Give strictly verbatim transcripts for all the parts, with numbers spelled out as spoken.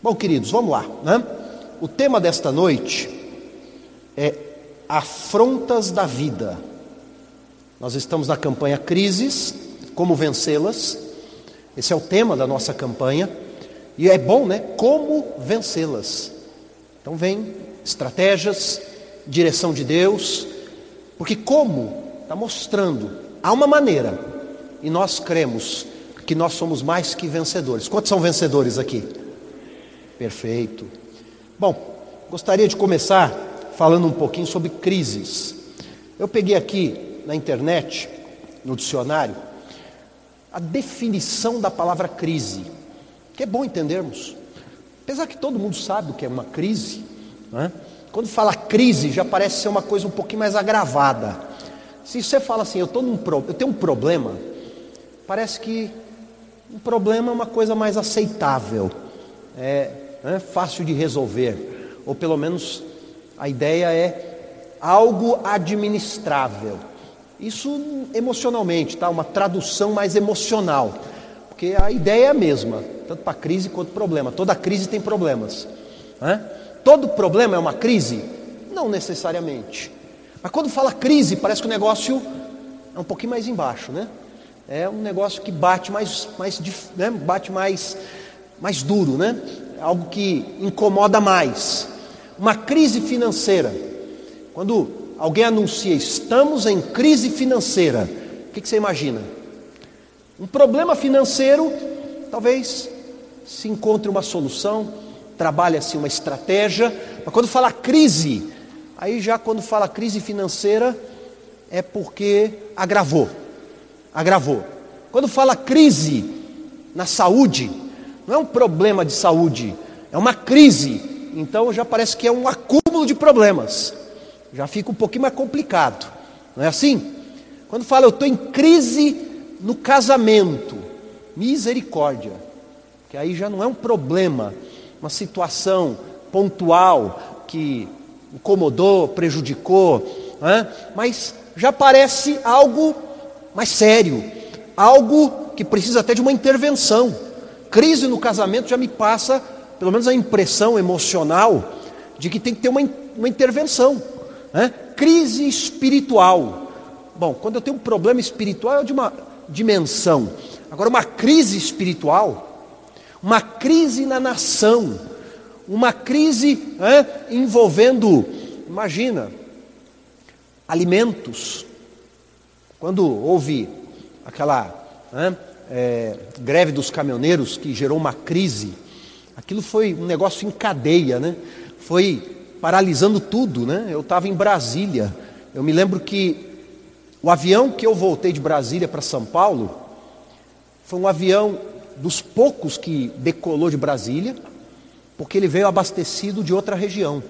Bom, queridos, vamos lá, né? O tema desta noite é afrontas da vida. Nós estamos na campanha Crises, como vencê-las. Esse é o tema da nossa campanha. E é bom, né? Como vencê-las. Então vem estratégias, direção de Deus, porque como está mostrando, há uma maneira, e nós cremos que nós somos mais que vencedores. Quantos são vencedores aqui? Perfeito. Bom, gostaria de começar falando um pouquinho sobre crises. Eu peguei aqui na internet, no dicionário, a definição da palavra crise, que é bom entendermos. Apesar que todo mundo sabe o que é uma crise, né? Quando fala crise, já parece ser uma coisa um pouquinho mais agravada. Se você fala assim, eu, tô num pro... eu tenho um problema, parece que um problema é uma coisa mais aceitável, é, é fácil de resolver, ou pelo menos a ideia é algo administrável. Isso emocionalmente, tá? Uma tradução mais emocional, porque a ideia é a mesma, tanto para crise quanto problema. Toda crise tem problemas, né? Todo problema é uma crise? Não necessariamente. Mas quando fala crise, parece que o negócio é um pouquinho mais embaixo, né? É um negócio que bate mais, mais, né? bate mais, mais duro, né? Algo que incomoda mais. Uma crise financeira. Quando alguém anuncia, estamos em crise financeira, o que, que você imagina? Um problema financeiro, talvez se encontre uma solução, trabalha-se uma estratégia, mas quando fala crise, aí já quando fala crise financeira, é porque agravou, agravou. Quando fala crise na saúde, não é um problema de saúde, é uma crise, então já parece que é um acúmulo de problemas, já fica um pouquinho mais complicado, não é assim? Quando fala eu estou em crise no casamento, misericórdia, que aí já não é um problema, uma situação pontual que incomodou, prejudicou, né? Mas já parece algo mais sério, algo que precisa até de uma intervenção. Crise no casamento já me passa, pelo menos a impressão emocional, de que tem que ter uma, uma intervenção, né? Crise espiritual. Bom, quando eu tenho um problema espiritual é de uma dimensão. Agora, uma crise espiritual, uma crise na nação, uma crise é, envolvendo, imagina, alimentos. Quando houve aquela é, é, greve dos caminhoneiros que gerou uma crise, aquilo foi um negócio em cadeia, né? Foi paralisando tudo, né? Eu estava em Brasília, eu me lembro que o avião que eu voltei de Brasília para São Paulo foi um avião dos poucos que decolou de Brasília, porque ele veio abastecido de outra região.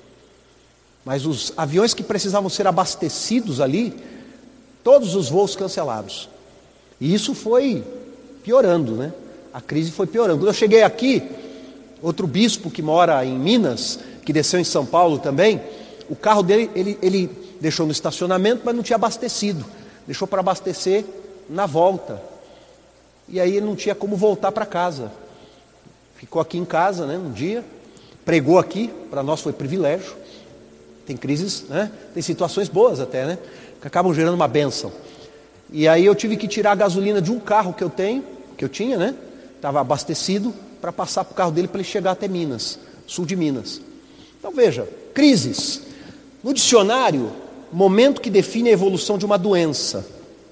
Mas os aviões que precisavam ser abastecidos ali, todos os voos cancelados. E isso foi piorando, né? A crise foi piorando. Quando eu cheguei aqui, outro bispo que mora em Minas, que desceu em São Paulo também, o carro dele, ele, ele deixou no estacionamento, mas não tinha abastecido. Deixou para abastecer na volta. E aí ele não tinha como voltar para casa. Ficou aqui em casa, né, um dia, pregou aqui, para nós foi privilégio. Tem crises, né? Tem situações boas até, né? Que acabam gerando uma bênção. E aí eu tive que tirar a gasolina de um carro que eu tenho, que eu tinha, né? Estava abastecido, para passar para o carro dele para ele chegar até Minas, sul de Minas. Então veja, crises. No dicionário, momento que define a evolução de uma doença.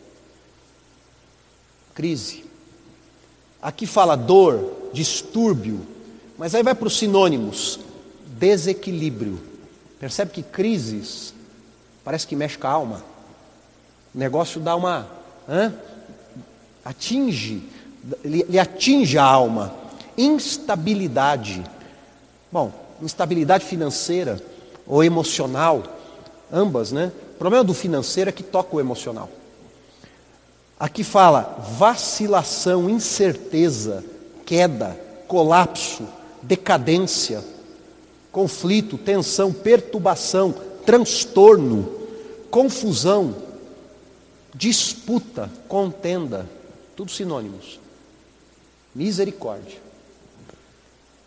Crise. Aqui fala dor, distúrbio, mas aí vai para os sinônimos, desequilíbrio. Percebe que crises parece que mexe com a alma. O negócio dá uma, hein? atinge, ele, ele atinge a alma. Instabilidade. Bom, instabilidade financeira ou emocional, ambas, né? O problema do financeiro é que toca o emocional. Aqui fala vacilação, incerteza, queda, colapso, decadência, conflito, tensão, perturbação, transtorno, confusão, disputa, contenda, tudo sinônimos. Misericórdia.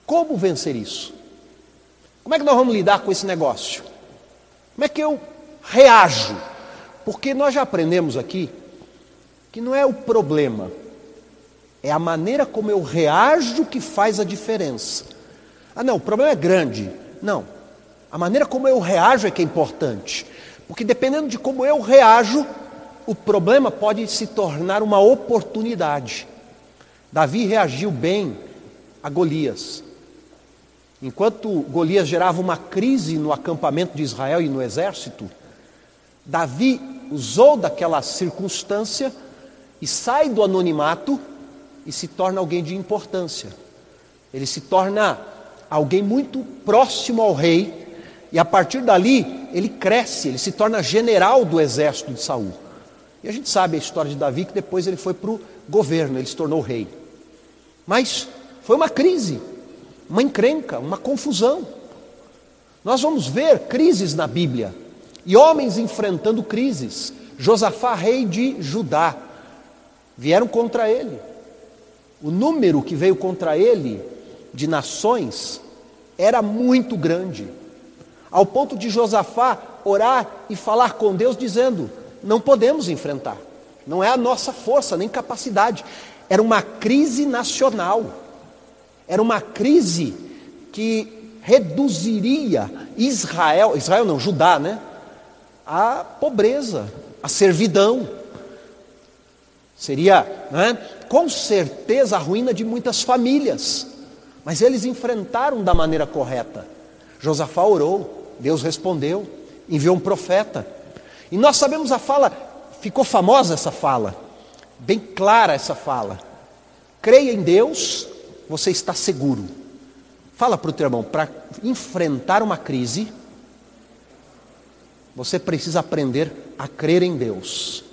Como vencer isso? Como é que nós vamos lidar com esse negócio? Como é que eu reajo? Porque nós já aprendemos aqui que não é o problema, é a maneira como eu reajo que faz a diferença. Ah não, o problema é grande. Não, a maneira como eu reajo é que é importante. Porque dependendo de como eu reajo, o problema pode se tornar uma oportunidade. Davi reagiu bem a Golias. Enquanto Golias gerava uma crise no acampamento de Israel e no exército, Davi usou daquela circunstância e sai do anonimato e se torna alguém de importância. Ele se torna alguém muito próximo ao rei e a partir dali ele cresce, ele se torna general do exército de Saul. E a gente sabe a história de Davi, que depois ele foi para o governo, ele se tornou rei. Mas foi uma crise, uma encrenca, uma confusão. Nós vamos ver crises na Bíblia, e homens enfrentando crises. Josafá, rei de Judá, vieram contra ele. O número que veio contra ele, de nações, era muito grande, ao ponto de Josafá orar e falar com Deus, dizendo: não podemos enfrentar, não é a nossa força, nem capacidade. Era uma crise nacional, era uma crise que reduziria Israel, Israel não, Judá, né? A pobreza, a servidão. Seria, né, com certeza, a ruína de muitas famílias. Mas eles enfrentaram da maneira correta. Josafá orou, Deus respondeu, enviou um profeta. E nós sabemos a fala, ficou famosa essa fala, bem clara essa fala: creia em Deus, você está seguro. Fala para o teu irmão, para enfrentar uma crise, você precisa aprender a crer em Deus.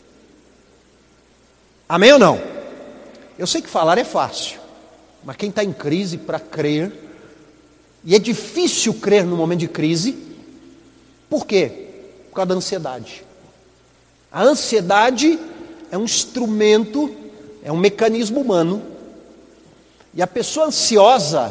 Amém ou não? Eu sei que falar é fácil, mas quem está em crise para crer, e é difícil crer no momento de crise, por quê? Por causa da ansiedade. A ansiedade é um instrumento, é um mecanismo humano, e a pessoa ansiosa,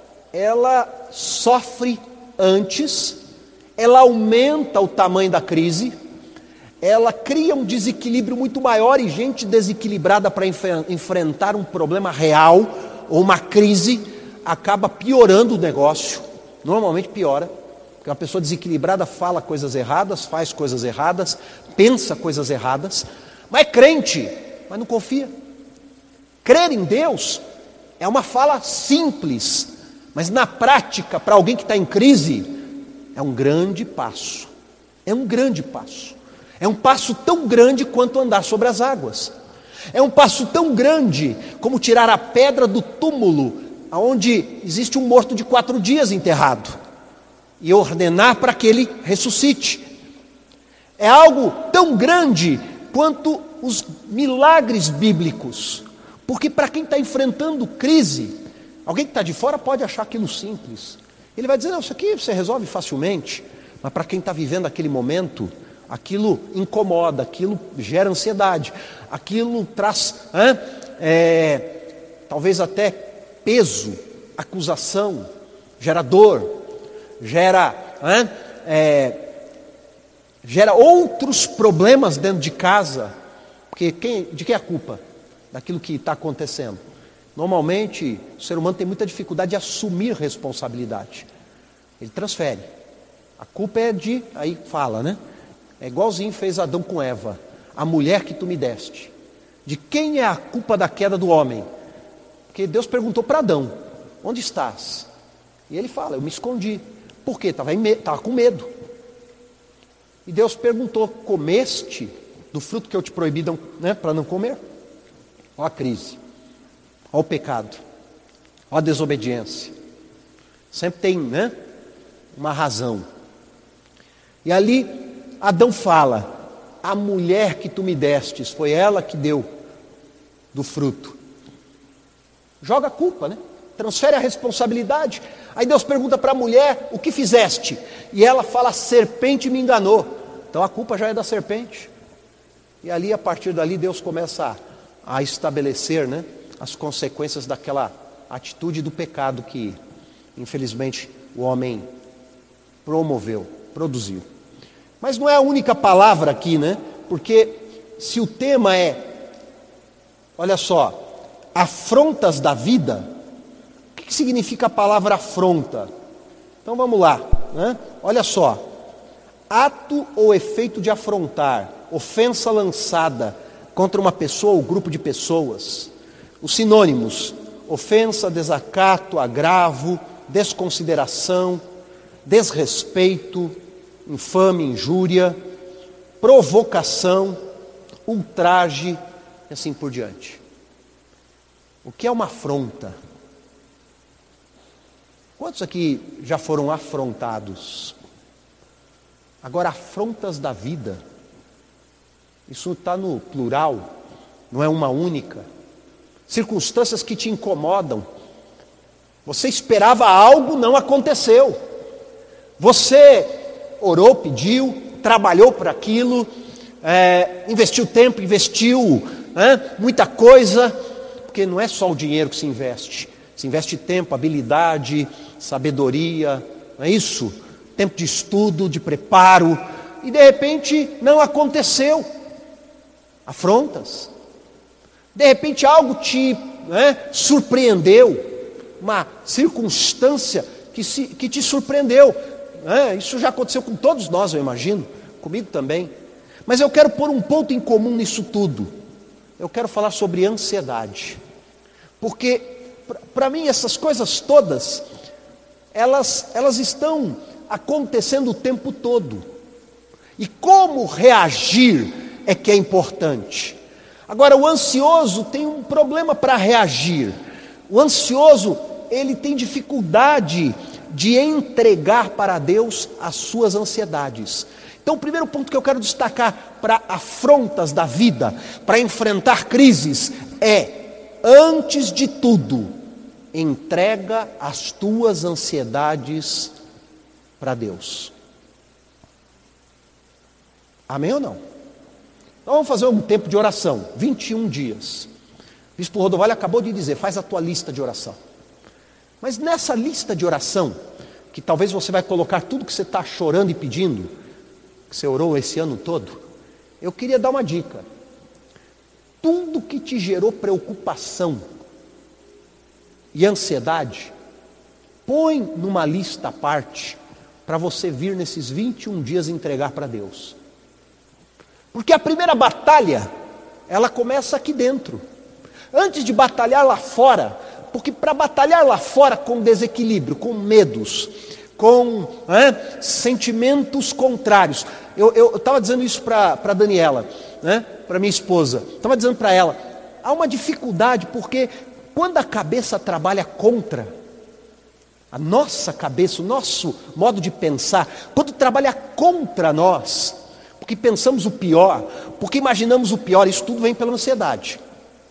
ela sofre antes, ela aumenta o tamanho da crise, ela cria um desequilíbrio muito maior, e gente desequilibrada para enf- enfrentar um problema real, ou uma crise, acaba piorando o negócio, normalmente piora, porque uma pessoa desequilibrada fala coisas erradas, faz coisas erradas, pensa coisas erradas, mas é crente, mas não confia. Crer em Deus é uma fala simples, mas na prática, para alguém que está em crise, é um grande passo, é um grande passo, é um passo tão grande quanto andar sobre as águas, é um passo tão grande como tirar a pedra do túmulo, onde existe um morto de quatro dias enterrado, e ordenar para que ele ressuscite. É algo tão grande quanto os milagres bíblicos, porque para quem está enfrentando crise, alguém que está de fora pode achar aquilo simples, ele vai dizer: não, isso aqui você resolve facilmente, mas para quem está vivendo aquele momento, aquilo incomoda, aquilo gera ansiedade, aquilo traz hein, é, talvez até peso, acusação, gera dor, gera, hein, é, gera outros problemas dentro de casa, porque quem, de quem é a culpa daquilo que está acontecendo? Normalmente o ser humano tem muita dificuldade de assumir responsabilidade, ele transfere, a culpa é de, aí fala, né? É igualzinho fez Adão com Eva: a mulher que tu me deste. De quem é a culpa da queda do homem? Porque Deus perguntou para Adão: onde estás? E ele fala: eu me escondi. Por quê? Estava me... com medo. E Deus perguntou: comeste do fruto que eu te proibi, né, para não comer? Olha a crise, olha o pecado, olha a desobediência. Sempre tem, né, uma razão. E ali Adão fala: a mulher que tu me destes, foi ela que deu do fruto. Joga a culpa, né? Transfere a responsabilidade. Aí Deus pergunta para a mulher: o que fizeste? E ela fala: a serpente me enganou. Então a culpa já é da serpente. E ali, a partir dali, Deus começa a, a estabelecer, né, as consequências daquela atitude do pecado que, infelizmente, o homem promoveu, produziu. Mas não é a única palavra aqui, né? Porque se o tema é, olha só, afrontas da vida, o que significa a palavra afronta? Então vamos lá, né? Olha só, ato ou efeito de afrontar, ofensa lançada contra uma pessoa ou grupo de pessoas. Os sinônimos: ofensa, desacato, agravo, desconsideração, desrespeito, infame, injúria, provocação, ultraje e assim por diante. O que é uma afronta? Quantos aqui já foram afrontados? Agora, afrontas da vida, isso está no plural, não é uma única. Circunstâncias que te incomodam. Você esperava algo, não aconteceu. Você orou, pediu, trabalhou por aquilo, é, investiu tempo, investiu é, muita coisa, porque não é só o dinheiro que se investe. Se investe tempo, habilidade, sabedoria, não é isso? Tempo de estudo, de preparo, e de repente não aconteceu. Afrontas. De repente algo te né, surpreendeu, uma circunstância que, se, que te surpreendeu. Né? Isso já aconteceu com todos nós, eu imagino, comigo também. Mas eu quero pôr um ponto em comum nisso tudo. Eu quero falar sobre ansiedade. Porque, para mim, essas coisas todas, elas, elas estão acontecendo o tempo todo. E como reagir é que é importante. Agora, o ansioso tem um problema para reagir. O ansioso, ele tem dificuldade de entregar para Deus as suas ansiedades. Então, o primeiro ponto que eu quero destacar para afrontas da vida, para enfrentar crises, é, antes de tudo, entrega as tuas ansiedades para Deus. Amém ou não? Então vamos fazer um tempo de oração, vinte e um dias. O bispo Rodovalho acabou de dizer, faz a tua lista de oração. Mas nessa lista de oração, que talvez você vai colocar tudo que você está chorando e pedindo, que você orou esse ano todo, eu queria dar uma dica. Tudo que te gerou preocupação e ansiedade, põe numa lista à parte, para você vir nesses vinte e um dias entregar para Deus. Porque a primeira batalha, ela começa aqui dentro. Antes de batalhar lá fora, porque para batalhar lá fora com desequilíbrio, com medos, com é, sentimentos contrários. Eu estava dizendo isso para a Daniela, né, para minha esposa. Estava dizendo para ela, há uma dificuldade, porque quando a cabeça trabalha contra, a nossa cabeça, o nosso modo de pensar, quando trabalha contra nós, porque pensamos o pior, porque imaginamos o pior, isso tudo vem pela ansiedade.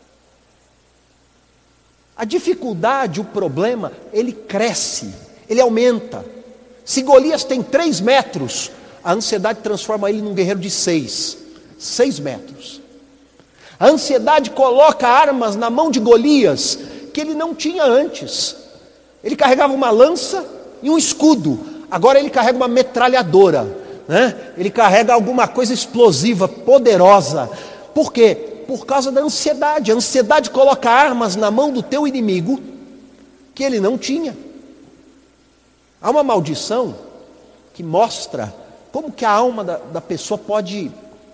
A dificuldade, o problema, ele cresce, ele aumenta. Se Golias tem três metros, a ansiedade transforma ele num guerreiro de seis, seis metros. A ansiedade coloca armas na mão de Golias, que ele não tinha antes. Ele carregava uma lança e um escudo, agora ele carrega uma metralhadora, né? Ele carrega alguma coisa explosiva, poderosa. Por quê? Por causa da ansiedade. A ansiedade coloca armas na mão do teu inimigo que ele não tinha. Há uma maldição que mostra como que a alma da, da pessoa pode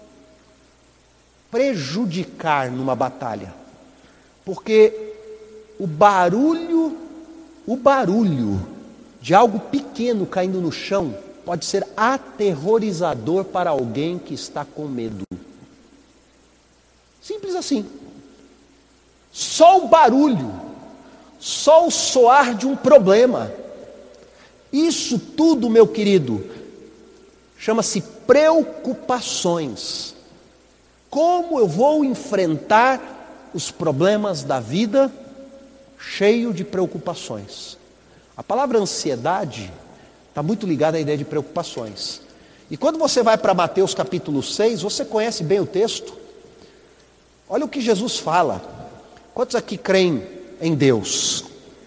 prejudicar numa batalha. Porque o barulho, o barulho de algo pequeno caindo no chão pode ser aterrorizador para alguém que está com medo. Simples assim. Só o barulho, só o soar de um problema. Isso tudo, meu querido, chama-se preocupações. Como eu vou enfrentar os problemas da vida cheio de preocupações? A palavra ansiedade está muito ligada à ideia de preocupações. E quando você vai para Mateus capítulo seis, você conhece bem o texto. Olha o que Jesus fala. Quantos aqui creem em Deus?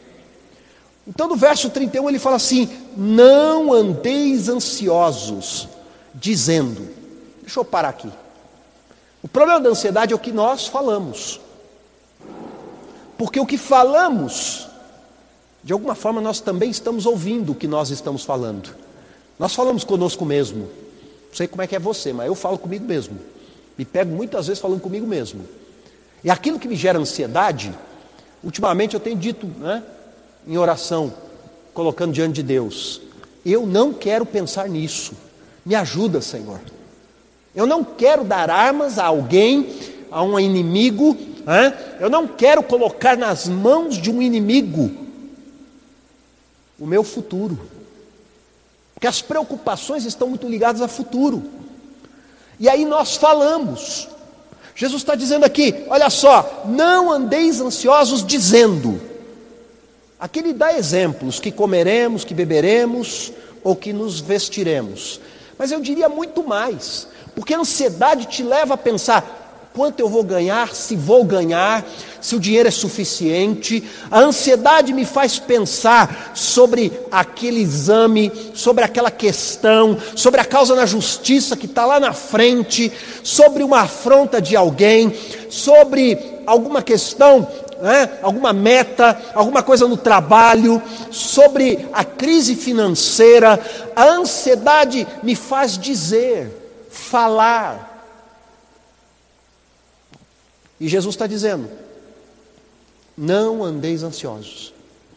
Então no verso trinta e um ele fala assim: não andeis ansiosos, dizendo. Deixa eu parar aqui. O problema da ansiedade é o que nós falamos. Porque o que falamos, de alguma forma nós também estamos ouvindo o que nós estamos falando. Nós falamos conosco mesmo. Não sei como é que é você, mas eu falo comigo mesmo. Me pego muitas vezes falando comigo mesmo. E aquilo que me gera ansiedade, ultimamente eu tenho dito, né, em oração, colocando diante de Deus: eu não quero pensar nisso. Me ajuda, Senhor. Eu não quero dar armas a alguém, a um inimigo. Né? Eu não quero colocar nas mãos de um inimigo o meu futuro. Porque as preocupações estão muito ligadas a futuro. E aí nós falamos. Jesus está dizendo aqui, olha só, não andeis ansiosos dizendo. Aqui ele dá exemplos, que comeremos, que beberemos, ou que nos vestiremos. Mas eu diria muito mais, porque a ansiedade te leva a pensar: quanto eu vou ganhar, se vou ganhar, se o dinheiro é suficiente. A ansiedade me faz pensar sobre aquele exame, sobre aquela questão, sobre a causa na justiça que está lá na frente, sobre uma afronta de alguém, sobre alguma questão, né, alguma meta, alguma coisa no trabalho, sobre a crise financeira. A ansiedade me faz dizer, falar. E Jesus está dizendo: não andeis ansiosos.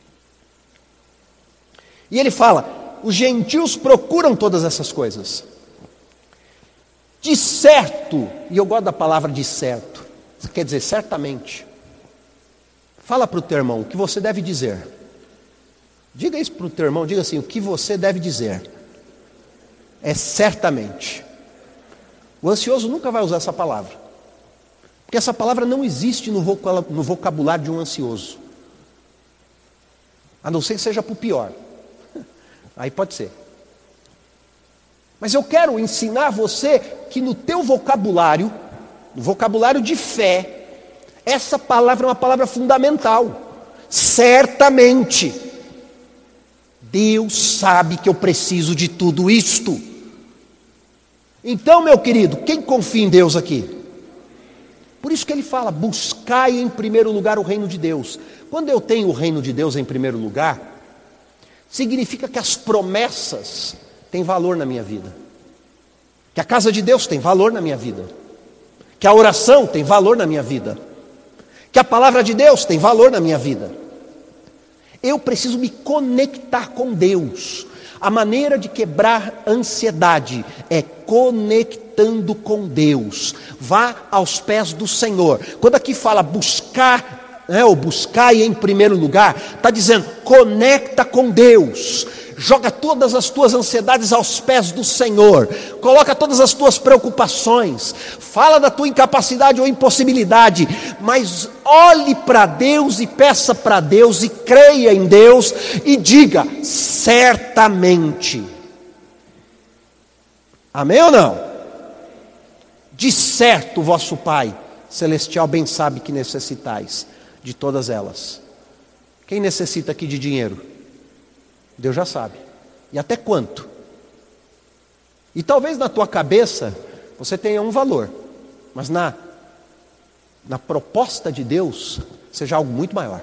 E ele fala: os gentios procuram todas essas coisas. De certo, e eu gosto da palavra de certo, quer dizer certamente. Fala para o teu irmão o que você deve dizer. Diga isso para o teu irmão, diga assim: o que você deve dizer é certamente. O ansioso nunca vai usar essa palavra, porque essa palavra não existe no vocabulário de um ansioso. A não ser que seja para o pior. Aí pode ser. Mas eu quero ensinar você que no teu vocabulário, no vocabulário de fé, essa palavra é uma palavra fundamental. Certamente. Deus sabe que eu preciso de tudo isto. Então, meu querido, quem confia em Deus aqui? Por isso que ele fala: buscai em primeiro lugar o reino de Deus. Quando eu tenho o reino de Deus em primeiro lugar, significa que as promessas têm valor na minha vida, que a casa de Deus tem valor na minha vida, que a oração tem valor na minha vida, que a palavra de Deus tem valor na minha vida. Eu preciso me conectar com Deus. A maneira de quebrar ansiedade é conectando com Deus. Vá aos pés do Senhor. Quando aqui fala buscar, né, ou buscai em primeiro lugar, está dizendo conecta com Deus. Joga todas as tuas ansiedades aos pés do Senhor. Coloca todas as tuas preocupações. Fala da tua incapacidade ou impossibilidade. Mas olhe para Deus e peça para Deus e creia em Deus e diga: certamente. Amém ou não? De certo, vosso Pai Celestial bem sabe que necessitais de todas elas. Quem necessita aqui de dinheiro? Deus já sabe. E até quanto? E talvez na tua cabeça você tenha um valor, mas na, na proposta de Deus seja algo muito maior.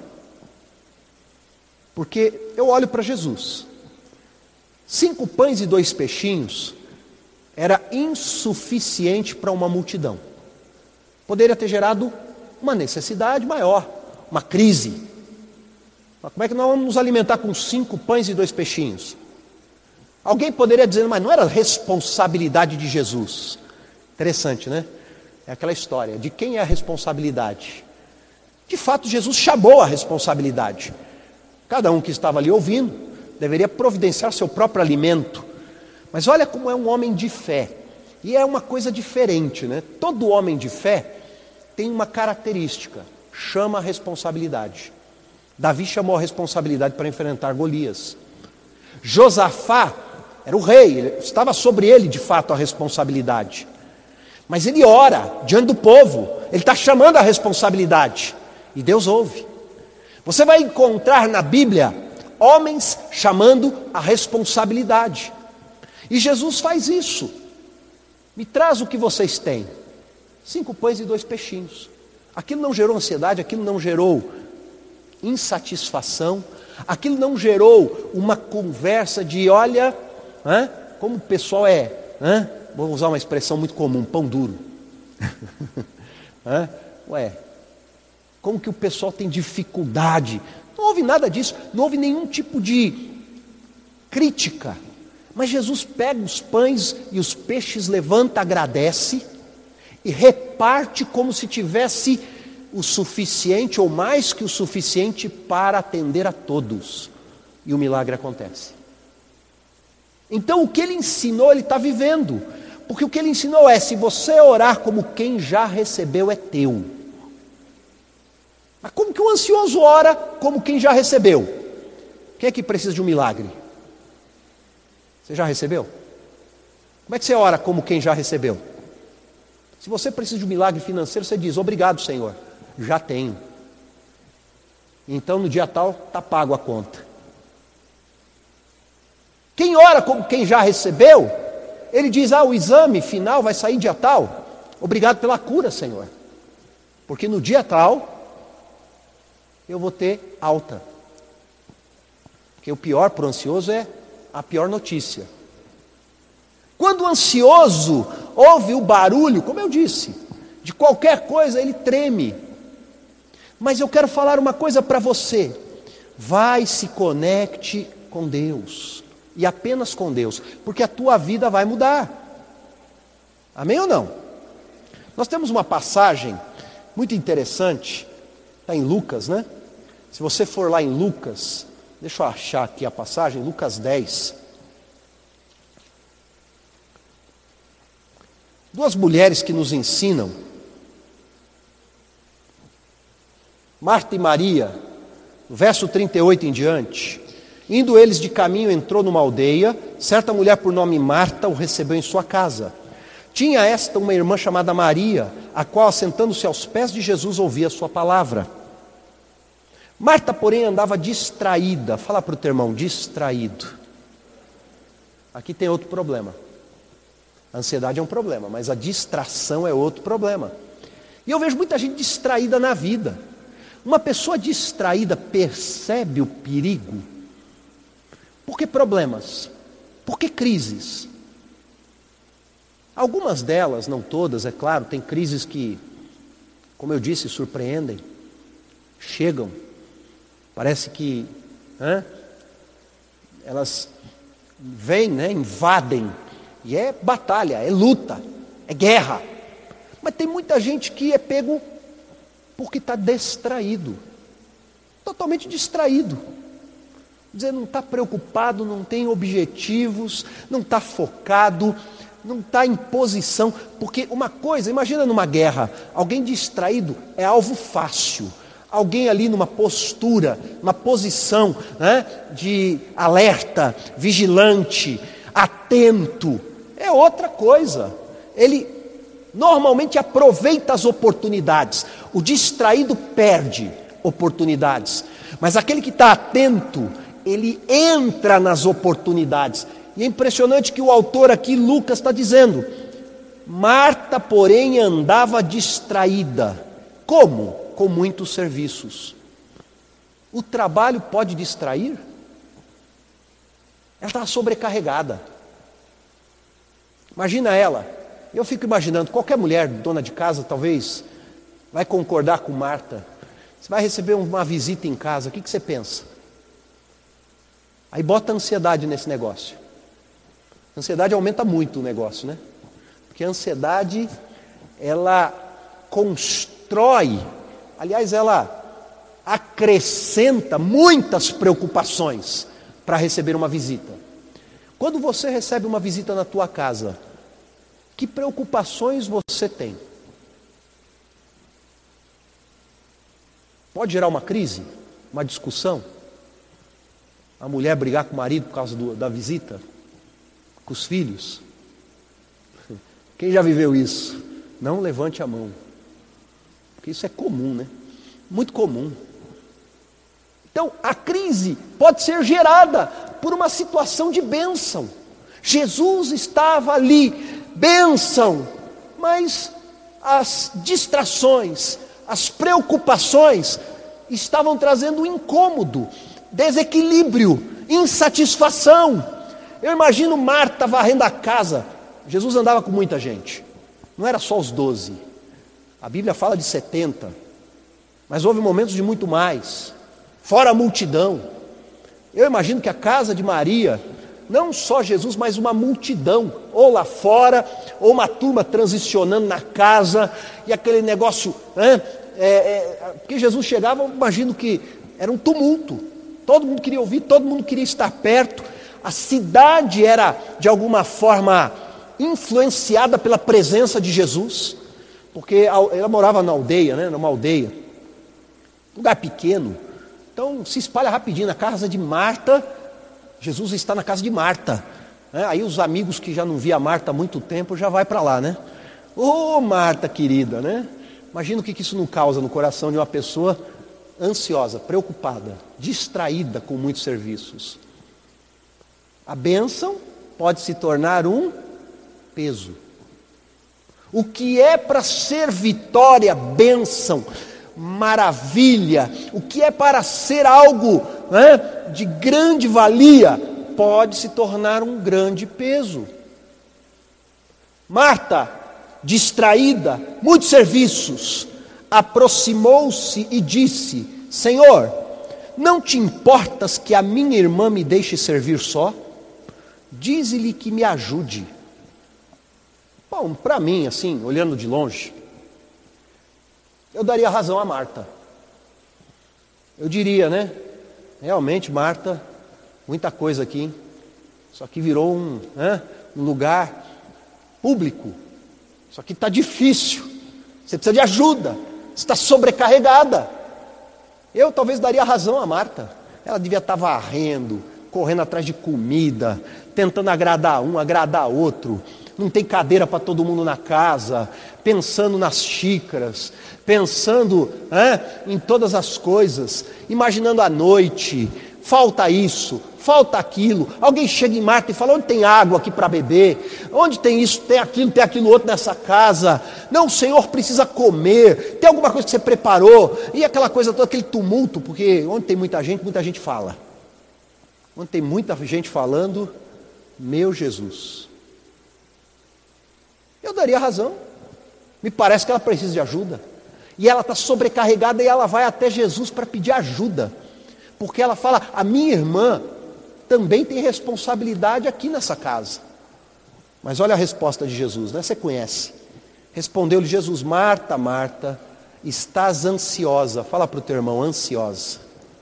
Porque eu olho para Jesus. Cinco pães e dois peixinhos era insuficiente para uma multidão. Poderia ter gerado uma necessidade maior, uma crise. Como é que nós vamos nos alimentar com cinco pães e dois peixinhos? Alguém poderia dizer: mas não era responsabilidade de Jesus. Interessante, né? É aquela história, de quem é a responsabilidade? De fato, Jesus chamou a responsabilidade. Cada um que estava ali ouvindo deveria providenciar seu próprio alimento. Mas olha como é um homem de fé. E é uma coisa diferente, né? Todo homem de fé tem uma característica: chama a responsabilidade. Davi chamou a responsabilidade para enfrentar Golias. Josafá era o rei, estava sobre ele de fato a responsabilidade. Mas ele ora diante do povo, ele está chamando a responsabilidade. E Deus ouve. Você vai encontrar na Bíblia homens chamando a responsabilidade. E Jesus faz isso. Me traz o que vocês têm. Cinco pães e dois peixinhos. Aquilo não gerou ansiedade, aquilo não gerou insatisfação, aquilo não gerou uma conversa de, olha, hein, como o pessoal é, hein, vou usar uma expressão muito comum, pão duro. hein, ué, como que o pessoal tem dificuldade? Não houve nada disso, não houve nenhum tipo de crítica. Mas Jesus pega os pães e os peixes, levanta, agradece e reparte como se tivesse o suficiente ou mais que o suficiente para atender a todos. E o milagre acontece. Então o que ele ensinou, ele está vivendo. Porque o que ele ensinou é, se você orar como quem já recebeu, é teu. Mas como que o ansioso ora como quem já recebeu? Quem é que precisa de um milagre? Você já recebeu? Como é que você ora como quem já recebeu? Se você precisa de um milagre financeiro, você diz, obrigado, Senhor, já tenho. Então no dia tal, está pago a conta. Quem ora como quem já recebeu, ele diz, ah, o exame final vai sair dia tal, obrigado pela cura, Senhor. Porque no dia tal, eu vou ter alta. Porque o pior para o ansioso é a pior notícia. Quando o ansioso ouve o barulho, como eu disse, de qualquer coisa, ele treme. Mas eu quero falar uma coisa para você. Vai, se conecte com Deus. E apenas com Deus. Porque a tua vida vai mudar. Amém ou não? Nós temos uma passagem muito interessante. Está em Lucas, né? Se você for lá em Lucas, deixa eu achar aqui a passagem, Lucas dez. Duas mulheres que nos ensinam, Marta e Maria, no verso trinta e oito em diante. Indo eles de caminho, entrou numa aldeia, certa mulher por nome Marta o recebeu em sua casa. Tinha esta uma irmã chamada Maria, a qual, assentando-se aos pés de Jesus, ouvia a sua palavra. Marta, porém, andava distraída. Fala para o teu irmão, distraído. Aqui tem outro problema. A ansiedade é um problema, mas a distração é outro problema. E eu vejo muita gente distraída na vida. Uma pessoa distraída percebe o perigo. Por que problemas? Por que crises? Algumas delas, não todas, é claro, tem crises que, como eu disse, surpreendem, chegam. Parece que hein, elas vêm, né, invadem. E é batalha, é luta, é guerra. Mas tem muita gente que é pego porque está distraído. Totalmente distraído. Quer dizer, não está preocupado, não tem objetivos, não está focado, não está em posição. Porque uma coisa, imagina numa guerra, alguém distraído é alvo fácil. Alguém ali numa postura, numa posição né, de alerta, vigilante, atento, é outra coisa. Ele normalmente aproveita as oportunidades. O distraído perde oportunidades. Mas aquele que está atento, ele entra nas oportunidades. E é impressionante que o autor aqui, Lucas, está dizendo, Marta, porém, andava distraída. Como? Com muitos serviços. O trabalho pode distrair? Ela estava sobrecarregada. Imagina ela. Eu fico imaginando, qualquer mulher, dona de casa, talvez, vai concordar com Marta. Você vai receber uma visita em casa, o que, que você pensa? Aí bota ansiedade nesse negócio. A ansiedade aumenta muito o negócio, né? Porque a ansiedade, ela constrói, aliás, ela acrescenta muitas preocupações para receber uma visita. Quando você recebe uma visita na tua casa, que preocupações você tem? Pode gerar uma crise, uma discussão? A mulher brigar com o marido por causa do, da visita? Com os filhos? Quem já viveu isso? Não levante a mão. Porque isso é comum, né? Muito comum. Então, a crise pode ser gerada por uma situação de bênção. Jesus estava ali, bênção, mas as distrações, as preocupações estavam trazendo incômodo, desequilíbrio, insatisfação. Eu imagino Marta varrendo a casa. Jesus andava com muita gente, não era só os doze. A Bíblia fala de setenta, mas houve momentos de muito mais, fora a multidão. Eu imagino que a casa de Maria, não só Jesus, mas uma multidão, ou lá fora, ou uma turma transicionando na casa, e aquele negócio, né? É, é, porque Jesus chegava, eu imagino que era um tumulto, todo mundo queria ouvir, todo mundo queria estar perto, a cidade era de alguma forma influenciada pela presença de Jesus, porque ela morava na aldeia, né? Numa aldeia, lugar pequeno, então se espalha rapidinho. Na casa de Marta, Jesus está na casa de Marta, né? Aí os amigos que já não via Marta há muito tempo já vai para lá, né? Ô Marta querida, né? Imagina o que isso não causa no coração de uma pessoa ansiosa, preocupada, distraída com muitos serviços. A bênção pode se tornar um peso. O que é para ser vitória, bênção, maravilha, o que é para ser algo, né, de grande valia, pode se tornar um grande peso. Marta, distraída, muitos serviços, aproximou-se e disse: Senhor, não te importas que a minha irmã me deixe servir só? Dize-lhe que me ajude. Bom, para mim, assim, olhando de longe, eu daria razão a Marta. Eu diria, né? Realmente, Marta, muita coisa aqui, hein? Isso aqui virou um, né, um lugar público. Isso aqui está difícil. Você precisa de ajuda. Você está sobrecarregada. Eu talvez daria razão a Marta. Ela devia estar varrendo, correndo atrás de comida, tentando agradar um, agradar outro. Não tem cadeira para todo mundo na casa, pensando nas xícaras, pensando, né, em todas as coisas, imaginando a noite, falta isso, falta aquilo. Alguém chega em Marta e fala: onde tem água aqui para beber? Onde tem isso, tem aquilo, tem aquilo outro nessa casa? Não, o Senhor precisa comer, tem alguma coisa que você preparou? E aquela coisa toda, aquele tumulto, porque onde tem muita gente, muita gente fala. Onde tem muita gente falando, meu Jesus. Eu daria razão. Me parece que ela precisa de ajuda. E ela está sobrecarregada e ela vai até Jesus para pedir ajuda. Porque ela fala: a minha irmã também tem responsabilidade aqui nessa casa. Mas olha a resposta de Jesus, né? Você conhece. Respondeu-lhe Jesus: Marta, Marta, estás ansiosa. Fala para o teu irmão: ansiosa.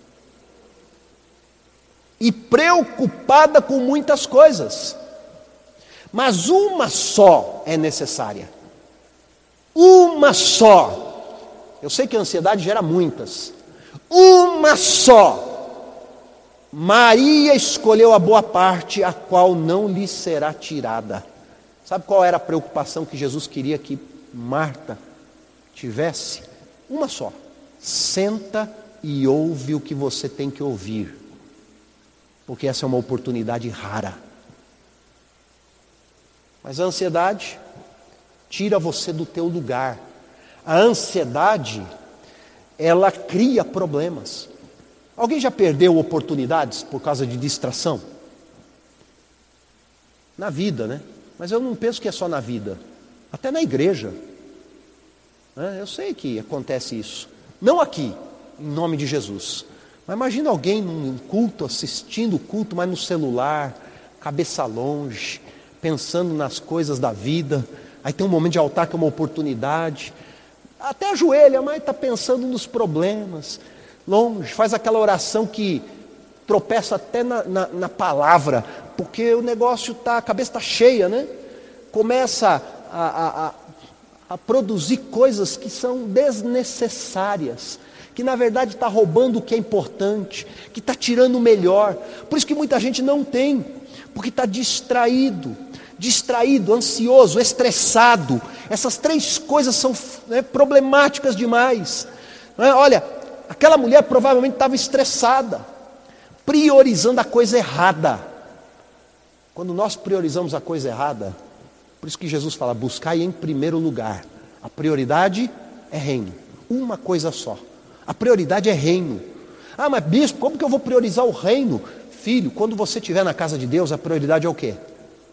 E preocupada com muitas coisas. Mas uma só é necessária. Uma só. Eu sei que a ansiedade gera muitas. Uma só. Maria escolheu a boa parte, a qual não lhe será tirada. Sabe qual era a preocupação que Jesus queria que Marta tivesse? Uma só. Senta e ouve o que você tem que ouvir. Porque essa é uma oportunidade rara. Mas a ansiedade tira você do teu lugar. A ansiedade, ela cria problemas. Alguém já perdeu oportunidades por causa de distração? Na vida, né? Mas eu não penso que é só na vida. Até na igreja. Né? Eu sei que acontece isso. Não aqui, em nome de Jesus. Mas imagina alguém num culto, assistindo o culto, mas no celular, cabeça longe, pensando nas coisas da vida. Aí tem um momento de altar que é uma oportunidade. Até ajoelha, mas está pensando nos problemas. Longe, faz aquela oração que tropeça até na, na, na palavra, porque o negócio está, a cabeça está cheia, né? Começa a, a, a, a produzir coisas que são desnecessárias, que na verdade está roubando o que é importante, que está tirando o melhor. Por isso que muita gente não tem, porque está distraído. Distraído, ansioso, estressado. Essas três coisas são, né, problemáticas demais. Não é? Olha, aquela mulher provavelmente estava estressada, priorizando a coisa errada. Quando nós priorizamos a coisa errada, por isso que Jesus fala, buscai em primeiro lugar. A prioridade é reino, uma coisa só. A prioridade é reino. Ah, mas bispo, como que eu vou priorizar o reino? Filho, quando você estiver na casa de Deus, a prioridade é o quê?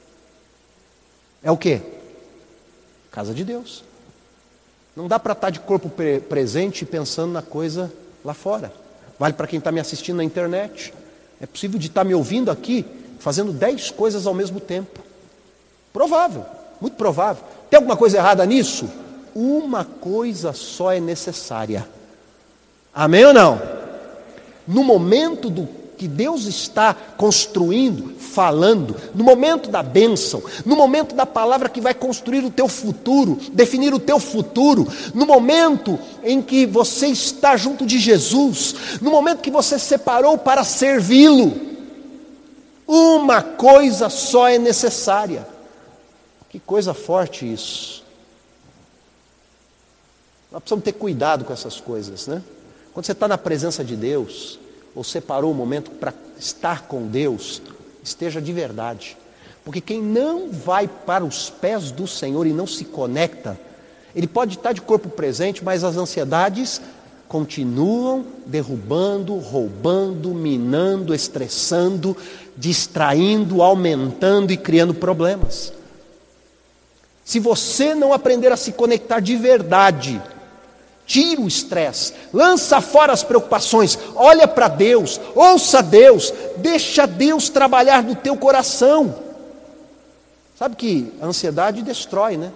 É o quê? Casa de Deus. Não dá para estar de corpo pre- presente pensando na coisa lá fora. Vale para quem está me assistindo na internet. É possível de estar me ouvindo aqui, fazendo dez coisas ao mesmo tempo. Provável, muito provável. Tem alguma coisa errada nisso? Uma coisa só é necessária. Amém ou não? No momento do que Deus está construindo, falando, no momento da bênção, no momento da palavra que vai construir o teu futuro, definir o teu futuro, no momento em que você está junto de Jesus, no momento que você separou para servi-lo, uma coisa só é necessária. Que coisa forte isso. Nós precisamos ter cuidado com essas coisas, né? Quando você está na presença de Deus, ou separou o momento para estar com Deus, esteja de verdade. Porque quem não vai para os pés do Senhor e não se conecta, ele pode estar de corpo presente, mas as ansiedades continuam derrubando, roubando, minando, estressando, distraindo, aumentando e criando problemas. Se você não aprender a se conectar de verdade, tira o estresse, lança fora as preocupações, olha para Deus, ouça Deus, deixa Deus trabalhar no teu coração. Sabe que a ansiedade destrói, né?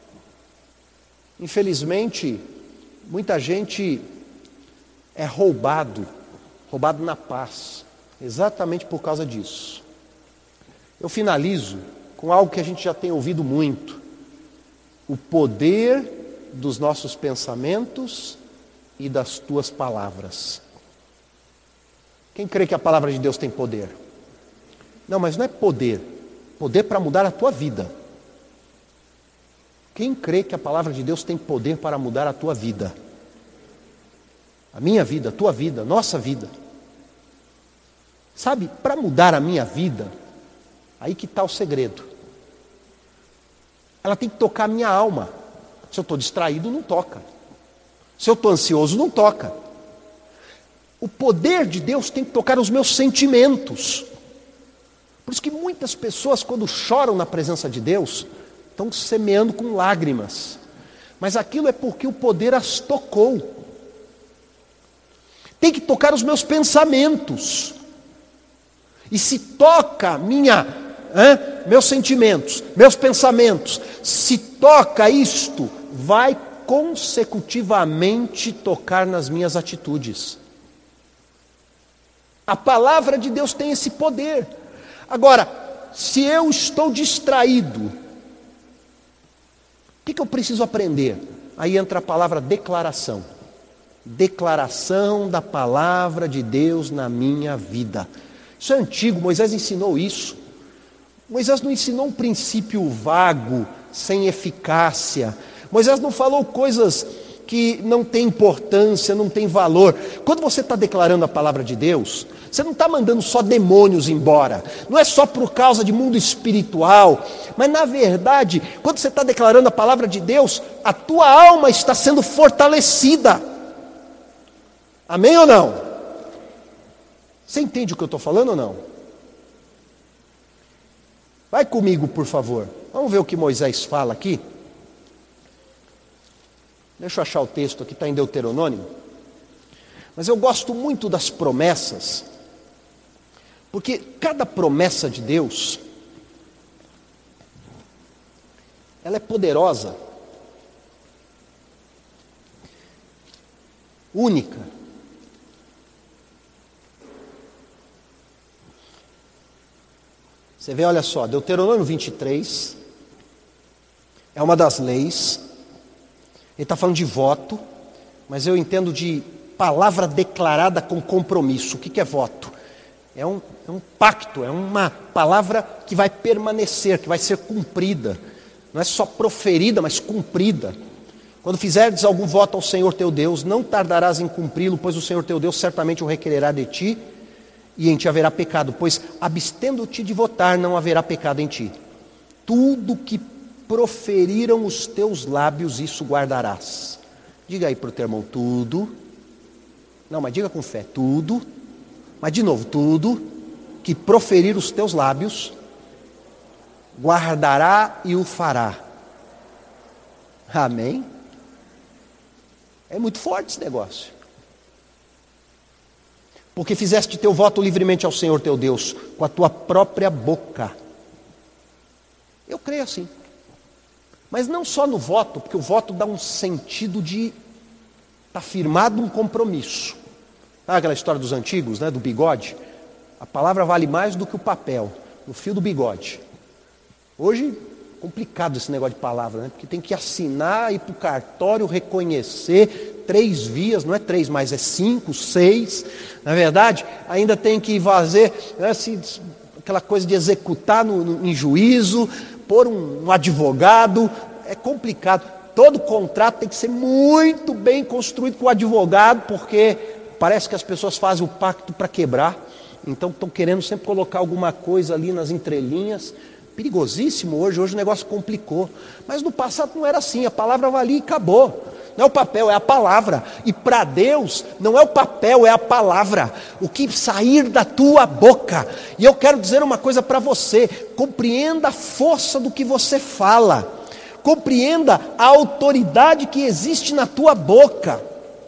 Infelizmente, muita gente é roubado, roubado na paz, exatamente por causa disso. Eu finalizo com algo que a gente já tem ouvido muito: o poder dos nossos pensamentos e das tuas palavras. Quem crê que a palavra de Deus tem poder? Não, mas não é poder. Poder para mudar a tua vida. Quem crê que a palavra de Deus tem poder para mudar a tua vida? A minha vida, a tua vida, a nossa vida. Sabe, para mudar a minha vida, aí que está o segredo. Ela tem que tocar a minha alma. Se eu estou distraído, não toca. Se eu estou ansioso, não toca. O poder de Deus tem que tocar os meus sentimentos. Por isso que muitas pessoas, quando choram na presença de Deus, estão semeando com lágrimas. Mas aquilo é porque o poder as tocou. Tem que tocar os meus pensamentos. E se toca minha, hein, meus sentimentos, meus pensamentos, se toca isto, vai consecutivamente tocar nas minhas atitudes. A palavra de Deus tem esse poder. Agora, se eu estou distraído, o que, que eu preciso aprender? Aí entra a palavra declaração. Declaração da palavra de Deus na minha vida. Isso é antigo, Moisés ensinou isso. Moisés não ensinou um princípio vago, sem eficácia. Moisés não falou coisas que não têm importância, não têm valor. Quando você está declarando a palavra de Deus, você não está mandando só demônios embora. Não é só por causa de mundo espiritual. Mas na verdade, quando você está declarando a palavra de Deus, a tua alma está sendo fortalecida. Amém ou não? Você entende o que eu estou falando ou não? Vai comigo, por favor. Vamos ver o que Moisés fala aqui. Deixa eu achar o texto aqui, está em Deuteronômio. Mas eu gosto muito das promessas, porque cada promessa de Deus, ela é poderosa, única. Você vê, olha só, Deuteronômio vinte e três, é uma das leis. Ele está falando de voto, mas eu entendo de palavra declarada com compromisso. O que, que é voto? É um, é um pacto, é uma palavra que vai permanecer, que vai ser cumprida. Não é só proferida, mas cumprida. Quando fizerdes algum voto ao Senhor teu Deus, não tardarás em cumpri-lo, pois o Senhor teu Deus certamente o requererá de ti, e em ti haverá pecado, pois abstendo-te de votar, não haverá pecado em ti. Tudo que proferiram os teus lábios, isso guardarás. Diga aí para o teu irmão, tudo. Não, mas diga com fé, tudo. Mas de novo, tudo que proferir os teus lábios, guardará e o fará. Amém? É muito forte esse negócio. Porque fizeste teu voto livremente ao Senhor teu Deus, com a tua própria boca. Eu creio assim. Mas não só no voto, porque o voto dá um sentido de estar firmado um compromisso. Sabe aquela história dos antigos, né, do bigode? A palavra vale mais do que o papel, no fio do bigode. Hoje, complicado esse negócio de palavra, né? Porque tem que assinar, ir para o cartório, reconhecer, três vias, não é três, mas é cinco, seis, na verdade, ainda tem que fazer, né, se, aquela coisa de executar no, no, em juízo, pôr um, um advogado, é complicado. Todo contrato tem que ser muito bem construído com o advogado, porque parece que as pessoas fazem o pacto para quebrar, então estão querendo sempre colocar alguma coisa ali nas entrelinhas. Perigosíssimo hoje, hoje o negócio complicou. Mas no passado não era assim, a palavra valia e acabou. Não é o papel, é a palavra. E para Deus não é o papel, é a palavra. O que sair da tua boca. E eu quero dizer uma coisa para você: compreenda a força do que você fala. Compreenda a autoridade que existe na tua boca.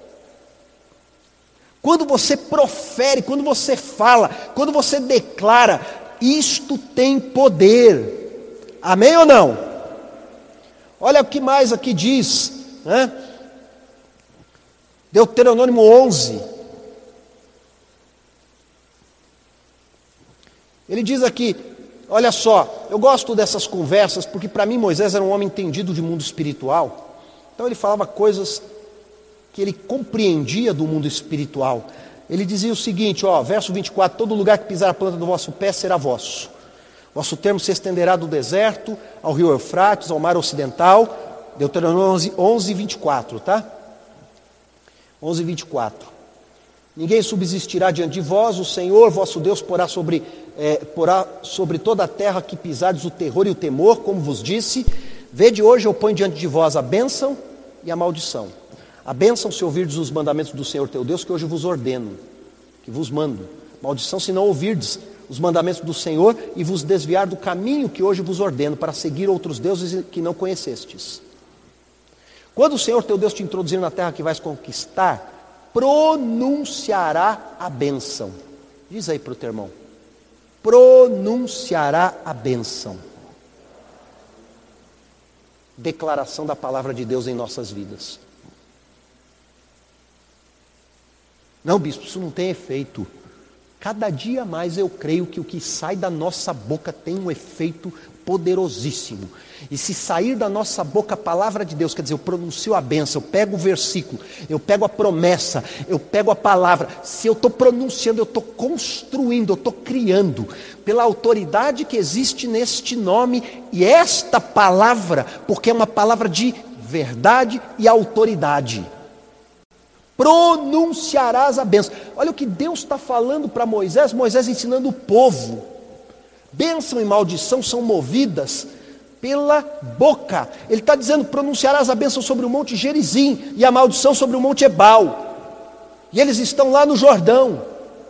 Quando você profere, quando você fala, quando você declara, isto tem poder. Amém ou não? Olha o que mais aqui diz, né? Deuteronômio onze. Ele diz aqui, olha só, eu gosto dessas conversas, porque para mim Moisés era um homem entendido de mundo espiritual. Então ele falava coisas que ele compreendia do mundo espiritual. Ele dizia o seguinte, ó, verso vinte e quatro, todo lugar que pisar a planta do vosso pé será vosso. Vosso termo se estenderá do deserto ao rio Eufrates, ao mar ocidental. Deuteronômio onze, vinte e quatro, tá? onze, vinte e quatro. Ninguém subsistirá diante de vós, o Senhor vosso Deus porá sobre, é, porá sobre toda a terra que pisardes o terror e o temor, como vos disse. Vede hoje eu ponho diante de vós a bênção e a maldição. A bênção se ouvirdes os mandamentos do Senhor teu Deus, que hoje vos ordeno, que vos mando. Maldição se não ouvirdes os mandamentos do Senhor e vos desviar do caminho que hoje vos ordeno, para seguir outros deuses que não conhecestes. Quando o Senhor teu Deus te introduzir na terra que vais conquistar, pronunciará a bênção. Diz aí para o teu irmão, pronunciará a bênção. Declaração da palavra de Deus em nossas vidas. Não, bispo, isso não tem efeito. Cada dia mais eu creio que o que sai da nossa boca tem um efeito poderosíssimo. E se sair da nossa boca a palavra de Deus, quer dizer, eu pronuncio a bênção, eu pego o versículo, eu pego a promessa, eu pego a palavra. Se eu estou pronunciando, eu estou construindo, eu estou criando, pela autoridade que existe neste nome, e esta palavra, porque é uma palavra de verdade e autoridade. Pronunciarás a bênção. Olha o que Deus está falando para Moisés, Moisés ensinando o povo. Bênção e maldição são movidas pela boca. Ele está dizendo, pronunciarás a bênção sobre o monte Gerizim e a maldição sobre o monte Ebal. E eles estão lá no Jordão.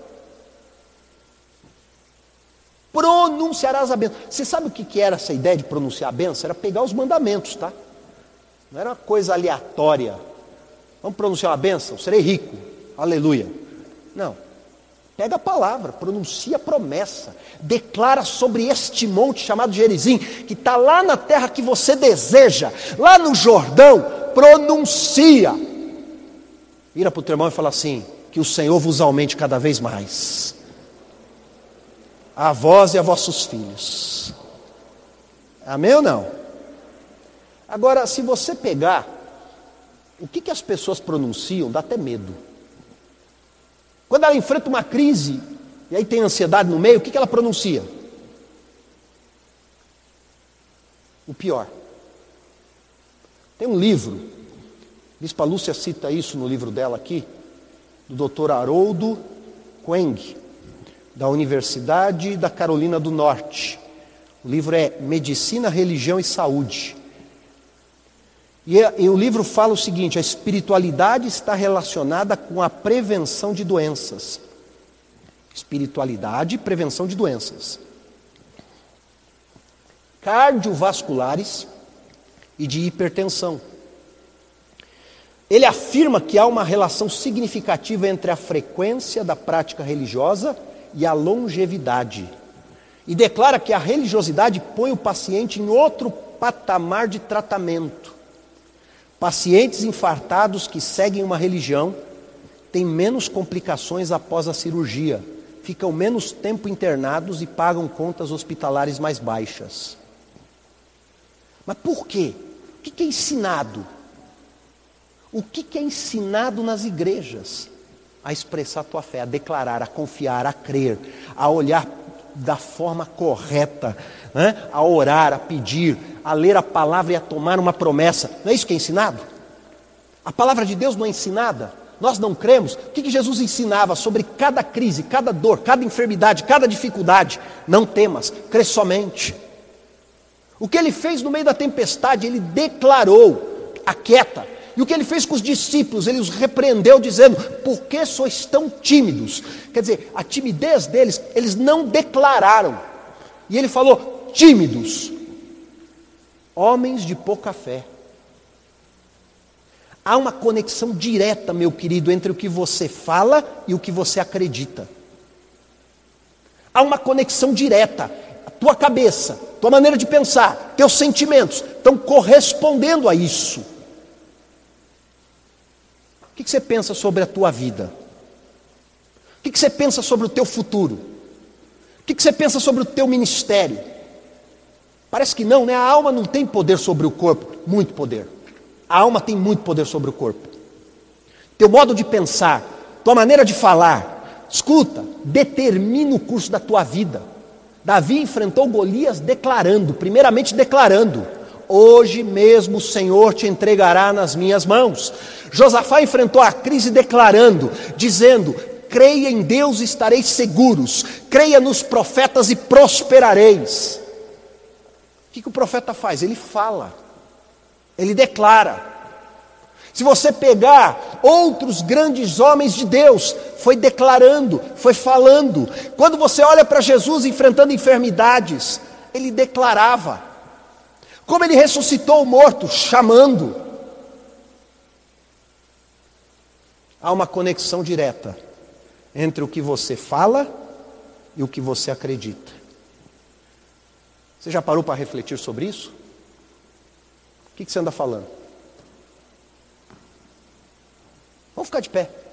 Pronunciarás a bênção. Você sabe o que, que era essa ideia de pronunciar a bênção? Era pegar os mandamentos, tá? Não era uma coisa aleatória. Vamos pronunciar uma bênção? Serei rico, aleluia. Não, pega a palavra, pronuncia a promessa, declara sobre este monte chamado Gerizim, que está lá na terra que você deseja, lá no Jordão, pronuncia. Vira para o teu irmão e fala assim, que o Senhor vos aumente cada vez mais, a vós e a vossos filhos. Amém ou não? Agora, se você pegar, o que, que as pessoas pronunciam, dá até medo. Quando ela enfrenta uma crise, e aí tem ansiedade no meio, o que, que ela pronuncia? O pior. Tem um livro Bispa Lúcia cita isso no livro dela aqui, do doutor Haroldo Queng, da Universidade da Carolina do Norte. O livro é Medicina, Religião e Saúde. E, e o livro fala o seguinte: a espiritualidade está relacionada com a prevenção de doenças. Espiritualidade e prevenção de doenças cardiovasculares e de hipertensão. Ele afirma que há uma relação significativa entre a frequência da prática religiosa e a longevidade. E declara que a religiosidade põe o paciente em outro patamar de tratamento. Pacientes infartados que seguem uma religião têm menos complicações após a cirurgia, ficam menos tempo internados e pagam contas hospitalares mais baixas. Mas por quê? O que é ensinado? O que é ensinado nas igrejas? A expressar a tua fé, a declarar, a confiar, a crer, a olhar da forma correta, né? A orar, a pedir, a ler a palavra e a tomar uma promessa. Não é isso que é ensinado? A palavra de Deus não é ensinada? Nós não cremos? O que que Jesus ensinava sobre cada crise, cada dor, cada enfermidade, cada dificuldade? Não temas, crê somente. O que ele fez no meio da tempestade, ele declarou: aquieta. E o que ele fez com os discípulos, ele os repreendeu dizendo: por que sois tão tímidos? Quer dizer, a timidez deles, eles não declararam. E ele falou: tímidos, homens de pouca fé. Há uma conexão direta, meu querido, entre o que você fala e o que você acredita. Há uma conexão direta. A tua cabeça, tua maneira de pensar, teus sentimentos estão correspondendo a isso. O que você pensa sobre a tua vida? O que você pensa sobre o teu futuro? O que você pensa sobre o teu ministério? Parece que não, né? A alma não tem poder sobre o corpo. Muito poder. A alma tem muito poder sobre o corpo. Teu modo de pensar, tua maneira de falar, escuta, determina o curso da tua vida. Davi enfrentou Golias declarando, primeiramente declarando: hoje mesmo o Senhor te entregará nas minhas mãos. Josafá enfrentou a crise declarando, dizendo: creia em Deus e estareis seguros, creia nos profetas e prosperareis. O que que o profeta faz? Ele fala, ele declara. Se você pegar outros grandes homens de Deus, foi declarando, foi falando. Quando você olha para Jesus enfrentando enfermidades, ele declarava. Como ele ressuscitou o morto, chamando. Há uma conexão direta entre o que você fala e o que você acredita. Você já parou para refletir sobre isso? O que que você anda falando? Vamos ficar de pé.